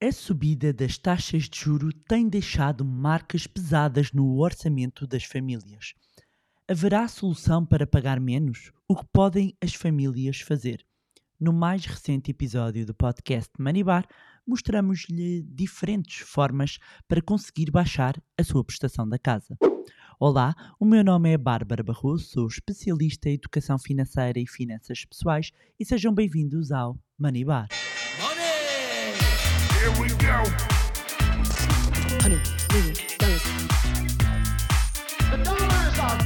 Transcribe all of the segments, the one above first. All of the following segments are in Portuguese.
A subida das taxas de juro tem deixado marcas pesadas no orçamento das famílias. Haverá solução para pagar menos? O que podem as famílias fazer? No mais recente episódio do podcast Manibar, mostramos-lhe diferentes formas para conseguir baixar a sua prestação da casa. Olá, o meu nome é Bárbara Barroso, sou especialista em educação financeira e finanças pessoais e sejam bem-vindos ao Manibar. Here we go. The dollar is our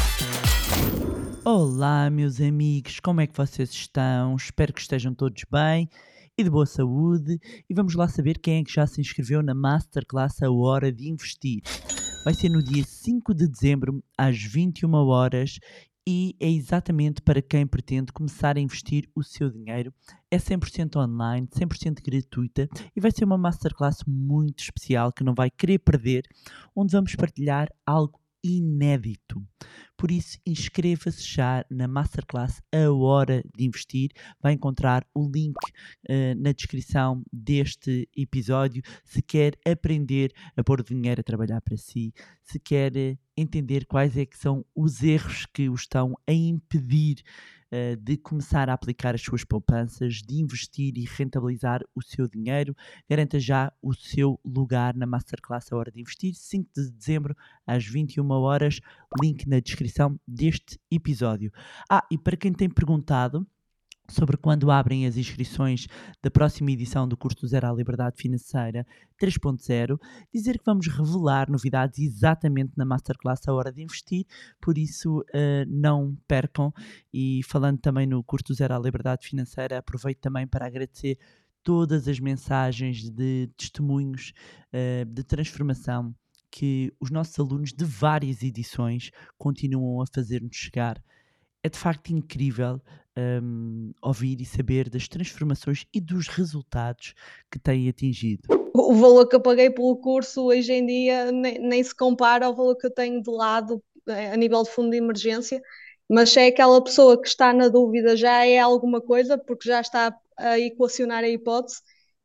god. Olá, meus amigos, como é que vocês estão? Espero que estejam todos bem e de boa saúde. E vamos lá saber quem é que já se inscreveu na Masterclass A Hora de Investir. Vai ser no dia 5 de dezembro, às 21 horas, e é exatamente para quem pretende começar a investir o seu dinheiro. É 100% online, 100% gratuita e vai ser uma Masterclass muito especial que não vai querer perder, onde vamos partilhar algo inédito. Por isso, inscreva-se já na Masterclass A Hora de Investir. Vai encontrar o link na descrição deste episódio. Se quer aprender a pôr o dinheiro a trabalhar para si, se quer entender quais é que são os erros que o estão a impedir de começar a aplicar as suas poupanças, de investir e rentabilizar o seu dinheiro, garanta já o seu lugar na Masterclass A Hora de Investir, 5 de dezembro, às 21 horas, link na descrição deste episódio. E para quem tem perguntado sobre quando abrem as inscrições da próxima edição do curso do Zero à Liberdade Financeira 3.0, dizer que vamos revelar novidades exatamente na Masterclass A Hora de Investir, por isso não percam. E falando também no curso do Zero à Liberdade Financeira, aproveito também para agradecer todas as mensagens de testemunhos de transformação que os nossos alunos de várias edições continuam a fazer-nos chegar. É de facto incrível ouvir e saber das transformações e dos resultados que têm atingido. O valor que eu paguei pelo curso hoje em dia nem se compara ao valor que eu tenho de lado a nível de fundo de emergência, mas se é aquela pessoa que está na dúvida, já é alguma coisa, porque já está a equacionar a hipótese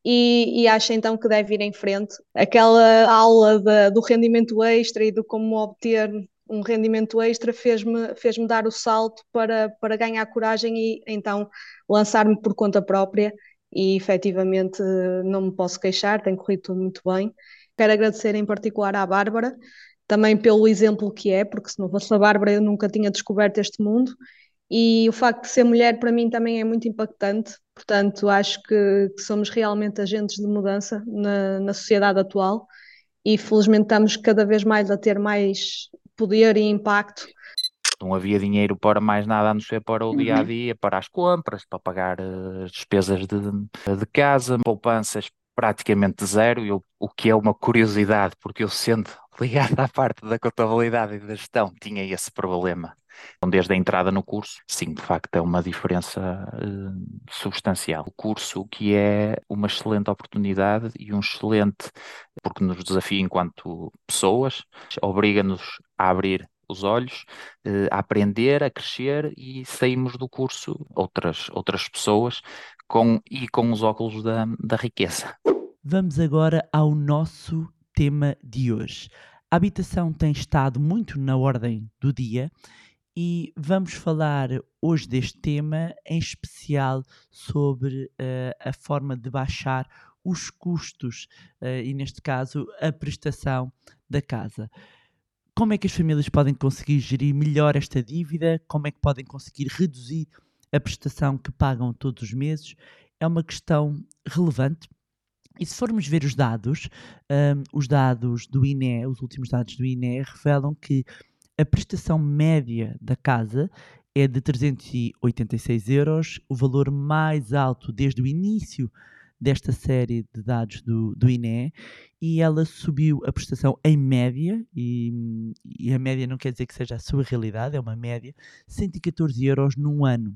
e acha então que deve ir em frente. Aquela aula do rendimento extra e de como obter um rendimento extra fez-me dar o salto para ganhar coragem e então lançar-me por conta própria e efetivamente não me posso queixar, tem corrido tudo muito bem. Quero agradecer em particular à Bárbara, também pelo exemplo que é, porque se não fosse a Bárbara eu nunca tinha descoberto este mundo e o facto de ser mulher para mim também é muito impactante, portanto acho que somos realmente agentes de mudança na sociedade atual e felizmente estamos cada vez mais a ter mais poder e impacto. Não havia dinheiro para mais nada a não ser para o dia a dia, para as compras, para pagar as despesas de casa, poupanças praticamente zero, o que é uma curiosidade, porque eu sendo ligado à parte da contabilidade e da gestão tinha esse problema. Então, desde a entrada no curso, sim, de facto é uma diferença substancial. O curso que é uma excelente oportunidade e um excelente, porque nos desafia enquanto pessoas, obriga-nos a abrir os olhos, a aprender, a crescer e saímos do curso outras pessoas com os óculos da riqueza. Vamos agora ao nosso tema de hoje. A habitação tem estado muito na ordem do dia e vamos falar hoje deste tema, em especial sobre a forma de baixar os custos e, neste caso, a prestação da casa. Como é que as famílias podem conseguir gerir melhor esta dívida? Como é que podem conseguir reduzir a prestação que pagam todos os meses? É uma questão relevante. E se formos ver os dados do INE, os últimos dados do INE, revelam que a prestação média da casa é de 386 euros, o valor mais alto desde o início desta série de dados do INE, e ela subiu a prestação em média, e a média não quer dizer que seja a sua realidade, é uma média, 114 euros num ano,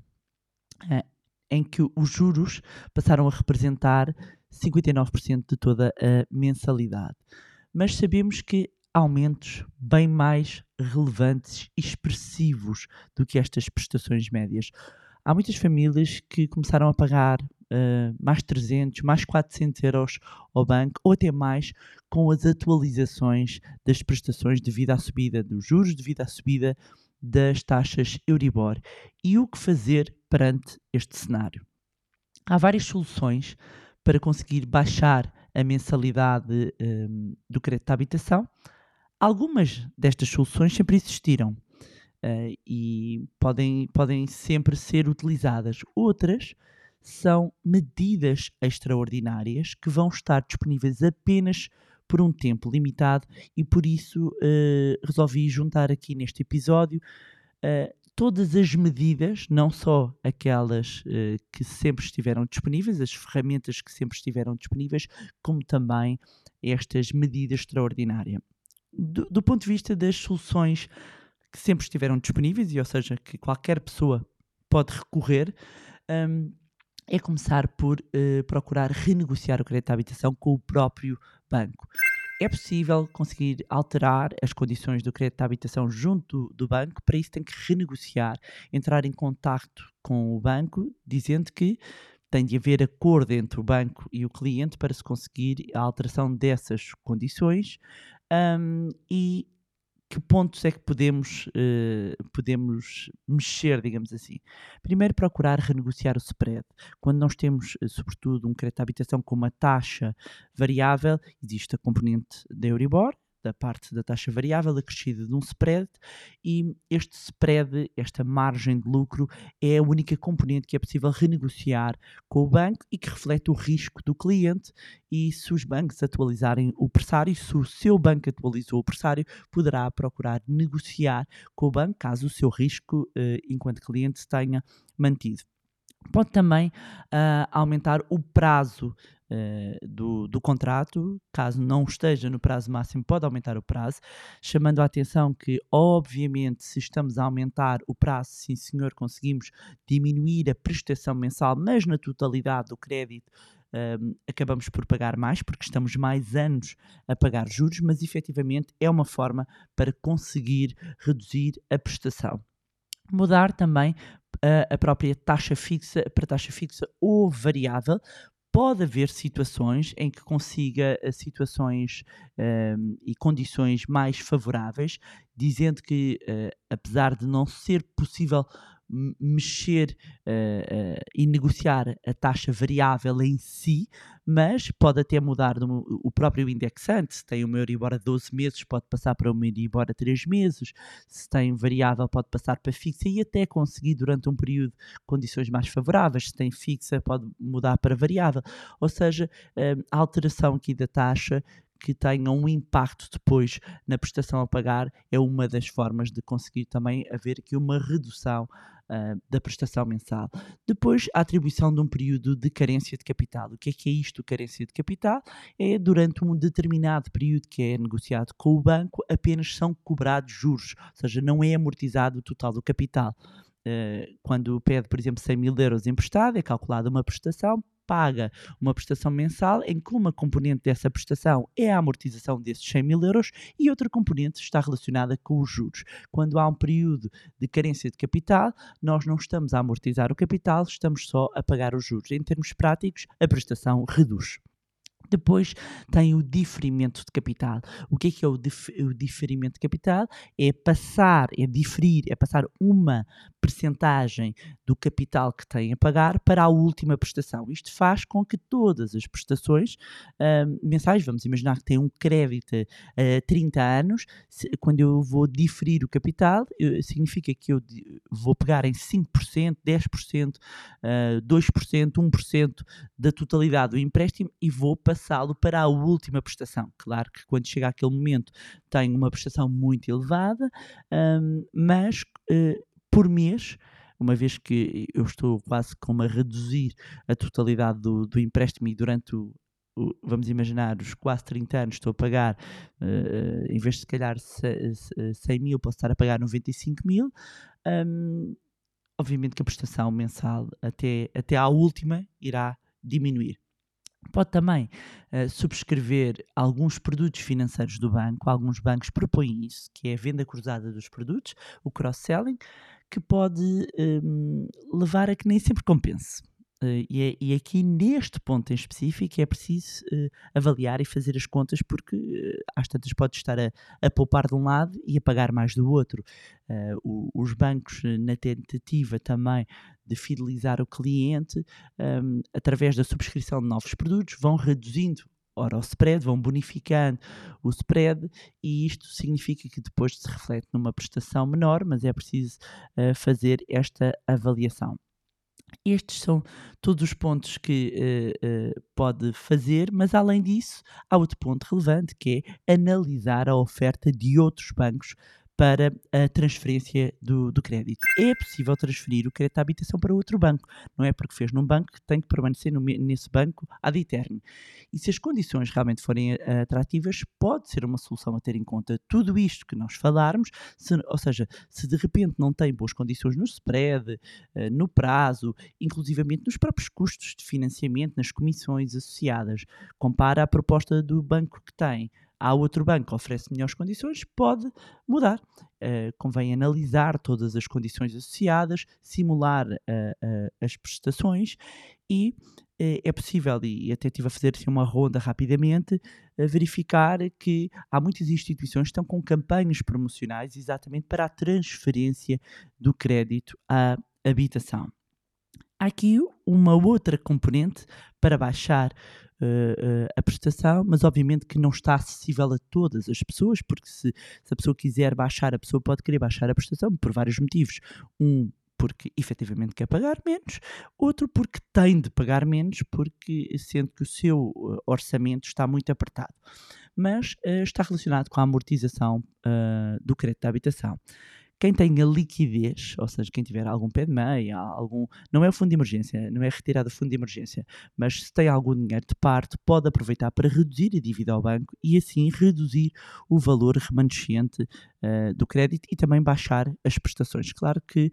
em que os juros passaram a representar 59% de toda a mensalidade. Mas sabemos que aumentos bem mais relevantes e expressivos do que estas prestações médias. Há muitas famílias que começaram a pagar mais 300, mais 400 euros ao banco ou até mais com as atualizações das prestações devido à subida dos juros, devido à subida das taxas Euribor. E o que fazer perante este cenário? Há várias soluções para conseguir baixar a mensalidade do crédito de habitação. Algumas destas soluções sempre existiram e podem sempre ser utilizadas. Outras são medidas extraordinárias que vão estar disponíveis apenas por um tempo limitado e por isso resolvi juntar aqui neste episódio todas as medidas, não só aquelas que sempre estiveram disponíveis, as ferramentas que sempre estiveram disponíveis, como também estas medidas extraordinárias. Do ponto de vista das soluções que sempre estiveram disponíveis, ou seja, que qualquer pessoa pode recorrer, é começar por procurar renegociar o crédito de habitação com o próprio banco. É possível conseguir alterar as condições do crédito de habitação junto do banco. Para isso tem que renegociar, entrar em contacto com o banco, dizendo que tem de haver acordo entre o banco e o cliente para se conseguir a alteração dessas condições. E que pontos é que podemos mexer, digamos assim? Primeiro, procurar renegociar o spread. Quando nós temos, sobretudo, um crédito de habitação com uma taxa variável, existe a componente da Euribor, da parte da taxa variável, acrescida de um spread, e este spread, esta margem de lucro, é a única componente que é possível renegociar com o banco e que reflete o risco do cliente. E se os bancos atualizarem o pressário, se o seu banco atualizou o pressário, poderá procurar negociar com o banco, caso o seu risco, enquanto cliente, se tenha mantido. Pode também aumentar o prazo do contrato, caso não esteja no prazo máximo, pode aumentar o prazo, chamando a atenção que, obviamente, se estamos a aumentar o prazo, sim senhor, conseguimos diminuir a prestação mensal, mas na totalidade do crédito acabamos por pagar mais, porque estamos mais anos a pagar juros, mas efetivamente é uma forma para conseguir reduzir a prestação. Mudar também a própria taxa fixa para taxa fixa ou variável. Pode haver situações em que consiga situações e condições mais favoráveis, dizendo que, apesar de não ser possível mexer e negociar a taxa variável em si, mas pode até mudar o próprio indexante. Se tem uma Euribor a 12 meses, pode passar para uma Euribor a 3 meses. Se tem variável, pode passar para fixa e até conseguir durante um período condições mais favoráveis. Se tem fixa, pode mudar para variável. Ou seja, a alteração aqui da taxa que tenha um impacto depois na prestação a pagar é uma das formas de conseguir também haver aqui uma redução da prestação mensal. Depois, a atribuição de um período de carência de capital. O que é isto, carência de capital? É durante um determinado período que é negociado com o banco, apenas são cobrados juros, ou seja, não é amortizado o total do capital. Quando pede, por exemplo, 100 mil euros emprestado, é calculada uma prestação, paga uma prestação mensal em que uma componente dessa prestação é a amortização desses 100 mil euros e outra componente está relacionada com os juros. Quando há um período de carência de capital, nós não estamos a amortizar o capital, estamos só a pagar os juros. Em termos práticos, a prestação reduz. Depois tem o diferimento de capital. O que é o diferimento de capital? É passar uma percentagem do capital que tem a pagar para a última prestação. Isto faz com que todas as prestações mensais, vamos imaginar que tem um crédito a 30 anos, quando eu vou diferir o capital, significa que eu vou pegar em 5%, 10%, 2%, 1% da totalidade do empréstimo e vou passá-lo para a última prestação. Claro que quando chega aquele momento tem uma prestação muito elevada, mas por mês, uma vez que eu estou quase como a reduzir a totalidade do empréstimo e durante vamos imaginar, os quase 30 anos estou a pagar, em vez de se calhar 100 mil, posso estar a pagar 95 mil, obviamente que a prestação mensal até à última irá diminuir. Pode também subscrever alguns produtos financeiros do banco. Alguns bancos propõem isso, que é a venda cruzada dos produtos, o cross-selling, que pode levar a que nem sempre compense. E aqui neste ponto em específico é preciso avaliar e fazer as contas, porque às tantas pode estar a poupar de um lado e a pagar mais do outro. Os bancos, na tentativa também de fidelizar o cliente, através da subscrição de novos produtos, vão reduzindo o spread, vão bonificando o spread, e isto significa que depois se reflete numa prestação menor, mas é preciso fazer esta avaliação. Estes são todos os pontos que pode fazer, mas além disso, há outro ponto relevante, que é analisar a oferta de outros bancos para a transferência do crédito. É possível transferir o crédito à habitação para outro banco, não é porque fez num banco que tem que permanecer nesse banco ad eterno. E se as condições realmente forem atrativas, pode ser uma solução a ter em conta tudo isto que nós falarmos, ou seja, se de repente não tem boas condições no spread, no prazo, inclusivamente nos próprios custos de financiamento, nas comissões associadas, compara a proposta do banco que tem. Há outro banco que oferece melhores condições, pode mudar. Convém analisar todas as condições associadas, simular as prestações e é possível, e até estive a fazer assim, uma ronda rapidamente, verificar que há muitas instituições que estão com campanhas promocionais exatamente para a transferência do crédito à habitação. Há aqui uma outra componente para baixar a prestação, mas obviamente que não está acessível a todas as pessoas, porque se a pessoa quiser baixar, a pessoa pode querer baixar a prestação por vários motivos. Porque efetivamente quer pagar menos, outro porque tem de pagar menos, porque sente que o seu orçamento está muito apertado. Mas está relacionado com a amortização do crédito da habitação. Quem tem a liquidez, ou seja, quem tiver algum pé de meia, não é o fundo de emergência, não é retirado do fundo de emergência, mas se tem algum dinheiro de parte, pode aproveitar para reduzir a dívida ao banco e assim reduzir o valor remanescente do crédito e também baixar as prestações. Claro que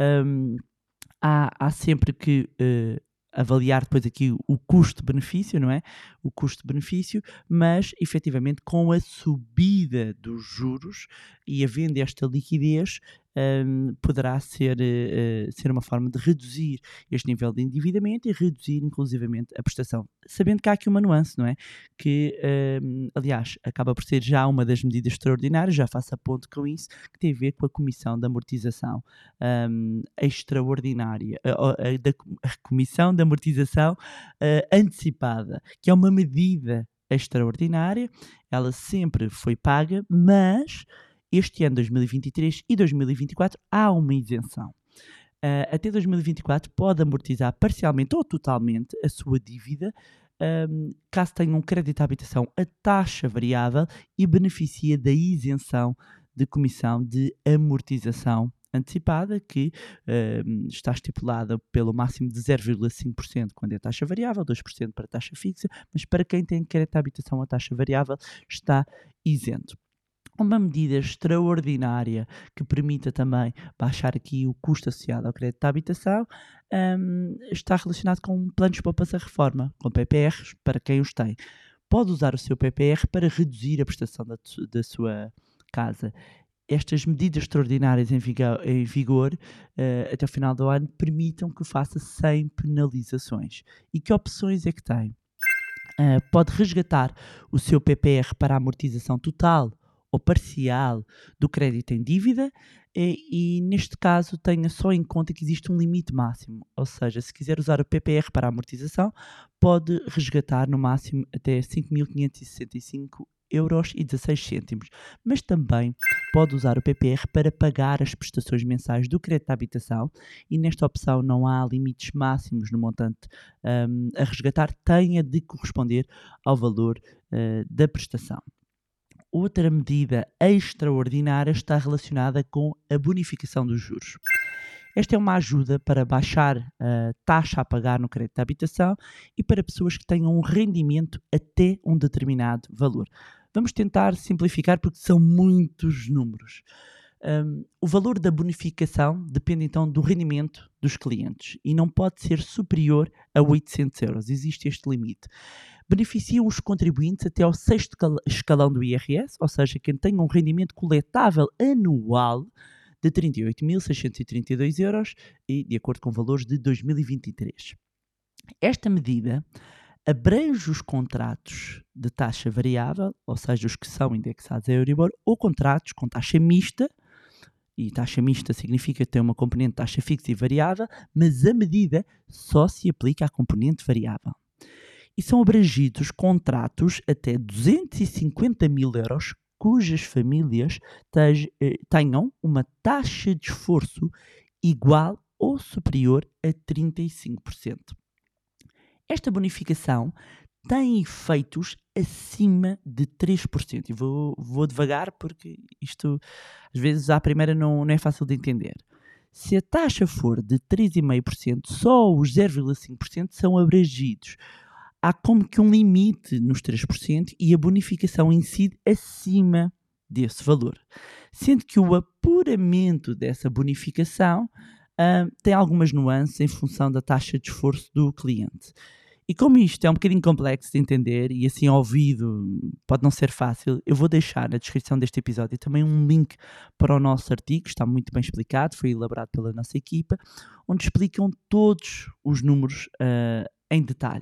há sempre que avaliar depois aqui o custo-benefício, não é? O custo-benefício, mas efetivamente com a subida dos juros e havendo esta liquidez, poderá ser uma forma de reduzir este nível de endividamento e reduzir inclusivamente a prestação. Sabendo que há aqui uma nuance, não é? Que, aliás, acaba por ser já uma das medidas extraordinárias, já faço a ponto com isso, que tem a ver com a comissão de amortização extraordinária, a comissão de amortização antecipada, que é uma medida extraordinária, ela sempre foi paga, mas este ano 2023 e 2024 há uma isenção. Até 2024 pode amortizar parcialmente ou totalmente a sua dívida, caso tenha um crédito à habitação a taxa variável e beneficia da isenção de comissão de amortização antecipada, que está estipulada pelo máximo de 0,5% quando é taxa variável, 2% para taxa fixa, mas para quem tem crédito à habitação a taxa variável está isento. Uma medida extraordinária que permita também baixar aqui o custo associado ao crédito de habitação está relacionado com planos de poupança-reforma, com PPRs, para quem os tem. Pode usar o seu PPR para reduzir a prestação da sua casa. Estas medidas extraordinárias em vigor até o final do ano permitam que o faça sem penalizações. E que opções é que tem? Pode resgatar o seu PPR para a amortização total ou parcial do crédito em dívida e neste caso tenha só em conta que existe um limite máximo, ou seja, se quiser usar o PPR para a amortização pode resgatar no máximo até 5.565,16€, mas também pode usar o PPR para pagar as prestações mensais do crédito à habitação e nesta opção não há limites máximos no montante a resgatar, tenha de corresponder ao valor da prestação. Outra medida extraordinária está relacionada com a bonificação dos juros. Esta é uma ajuda para baixar a taxa a pagar no crédito de habitação e para pessoas que tenham um rendimento até um determinado valor. Vamos tentar simplificar porque são muitos números. O valor da bonificação depende então do rendimento dos clientes e não pode ser superior a 800€. Existe este limite. Beneficiam os contribuintes até ao 6º escalão do IRS, ou seja, quem tem um rendimento coletável anual de 38.632€ e de acordo com valores de 2023. Esta medida abrange os contratos de taxa variável, ou seja, os que são indexados a Euribor, ou contratos com taxa mista, e taxa mista significa ter uma componente de taxa fixa e variável, mas a medida só se aplica à componente variável. E são abrangidos contratos até 250 mil euros cujas famílias tenham uma taxa de esforço igual ou superior a 35%. Esta bonificação tem efeitos acima de 3%. E vou devagar porque isto, às vezes, à primeira não é fácil de entender. Se a taxa for de 3,5%, só os 0,5% são abrangidos. Há como que um limite nos 3% e a bonificação incide acima desse valor. Sendo que o apuramento dessa bonificação tem algumas nuances em função da taxa de esforço do cliente. E como isto é um bocadinho complexo de entender e assim ao ouvido pode não ser fácil, eu vou deixar na descrição deste episódio também um link para o nosso artigo, está muito bem explicado, foi elaborado pela nossa equipa, onde explicam todos os números em detalhe.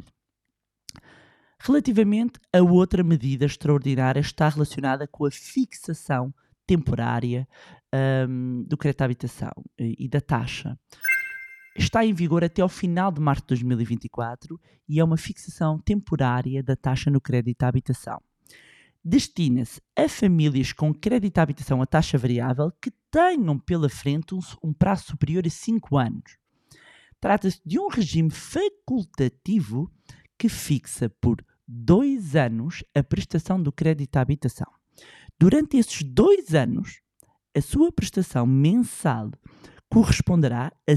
Relativamente a outra medida extraordinária está relacionada com a fixação temporária do crédito à habitação e da taxa. Está em vigor até ao final de março de 2024 e é uma fixação temporária da taxa no crédito à habitação. Destina-se a famílias com crédito à habitação a taxa variável que tenham pela frente um prazo superior a 5 anos. Trata-se de um regime facultativo que fixa por 2 anos a prestação do crédito à habitação. Durante esses 2 anos, a sua prestação mensal corresponderá a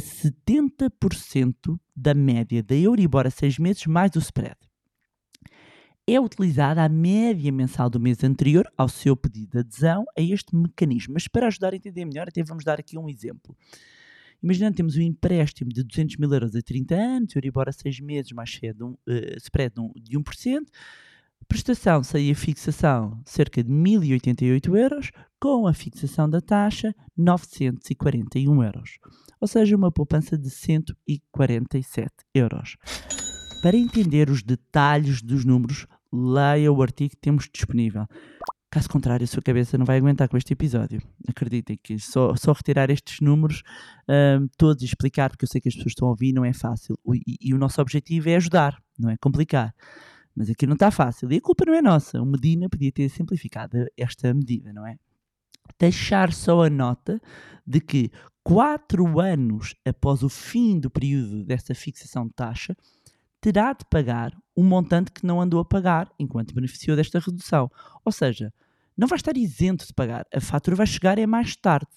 70% da média da Euribor a 6 meses mais o spread. É utilizada a média mensal do mês anterior ao seu pedido de adesão a este mecanismo. Mas para ajudar a entender melhor, até vamos dar aqui um exemplo. Imaginando que temos um empréstimo de 200 mil euros a 30 anos, Euribor a 6 meses mais cedo, spread de 1%, prestação sem a fixação cerca de 1.088 euros, com a fixação da taxa 941 euros, ou seja, uma poupança de 147 euros. Para entender os detalhes dos números, leia o artigo que temos disponível. Caso contrário, a sua cabeça não vai aguentar com este episódio. Acreditem que só retirar estes números todos e explicar, porque eu sei que as pessoas estão a ouvir, não é fácil. E o nosso objetivo é ajudar, não é complicar. Mas aqui não está fácil. E a culpa não é nossa. O Medina podia ter simplificado esta medida, não é? Deixar só a nota de que 4 anos após o fim do período dessa fixação de taxa, terá de pagar um montante que não andou a pagar enquanto beneficiou desta redução. Ou seja, não vai estar isento de pagar. A fatura vai chegar mais tarde.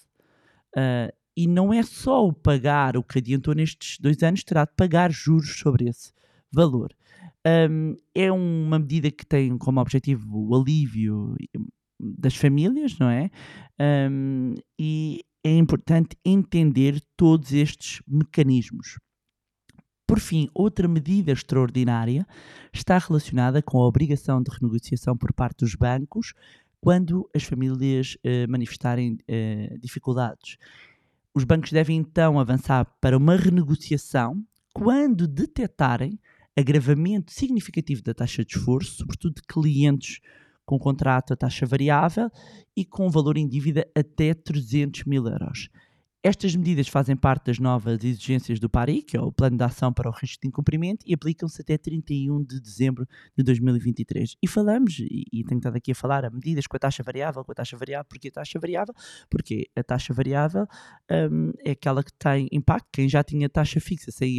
E não é só o pagar o que adiantou nestes 2 anos, terá de pagar juros sobre esse valor. É uma medida que tem como objetivo o alívio das famílias, não é? E é importante entender todos estes mecanismos. Por fim, outra medida extraordinária está relacionada com a obrigação de renegociação por parte dos bancos quando as famílias manifestarem dificuldades. Os bancos devem então avançar para uma renegociação quando detectarem agravamento significativo da taxa de esforço, sobretudo de clientes com contrato a taxa variável e com valor em dívida até 300 mil euros. Estas medidas fazem parte das novas exigências do PARI, que é o Plano de Ação para o Risco de Incumprimento, e aplicam-se até 31 de dezembro de 2023. E falamos, e tenho estado aqui a falar, a medidas com a taxa variável, porque a taxa variável? Porque a taxa variável é aquela que tem impacto. Quem já tinha taxa fixa sem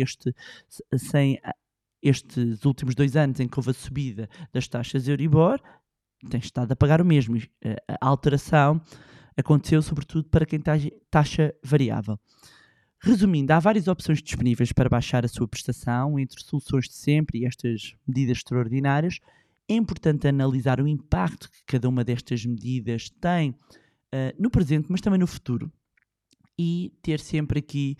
estes últimos 2 anos em que houve a subida das taxas Euribor, tem estado a pagar o mesmo. A alteração aconteceu sobretudo para quem tem taxa variável. Resumindo, há várias opções disponíveis para baixar a sua prestação, entre soluções de sempre e estas medidas extraordinárias. É importante analisar o impacto que cada uma destas medidas tem no presente, mas também no futuro. E ter sempre aqui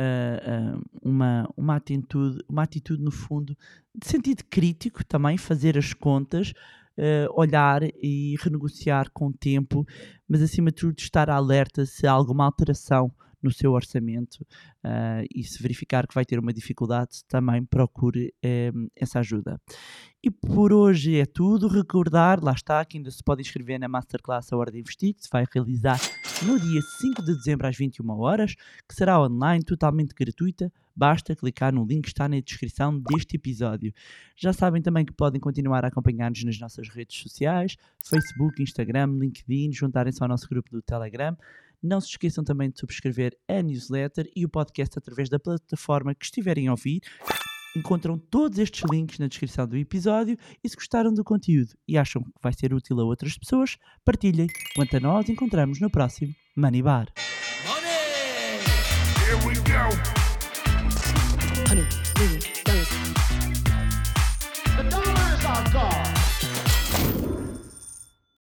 uma atitude, no fundo, de sentido crítico também, fazer as contas, olhar e renegociar com o tempo, mas acima de tudo estar alerta se há alguma alteração no seu orçamento, e se verificar que vai ter uma dificuldade, também procure essa ajuda. E por hoje é tudo. Recordar, lá está, que ainda se pode inscrever na Masterclass A Hora de Investir, que se vai realizar no dia 5 de dezembro às 21 horas, que será online, totalmente gratuita. Basta clicar no link que está na descrição deste episódio. Já sabem também que podem continuar a acompanhar-nos nas nossas redes sociais, Facebook, Instagram, LinkedIn, juntarem-se ao nosso grupo do Telegram. Não se esqueçam também de subscrever a newsletter e o podcast através da plataforma que estiverem a ouvir. Encontram todos estes links na descrição do episódio e se gostaram do conteúdo e acham que vai ser útil a outras pessoas, partilhem. Quanto a nós, encontramos no próximo Money Bar. Here we go. Honey.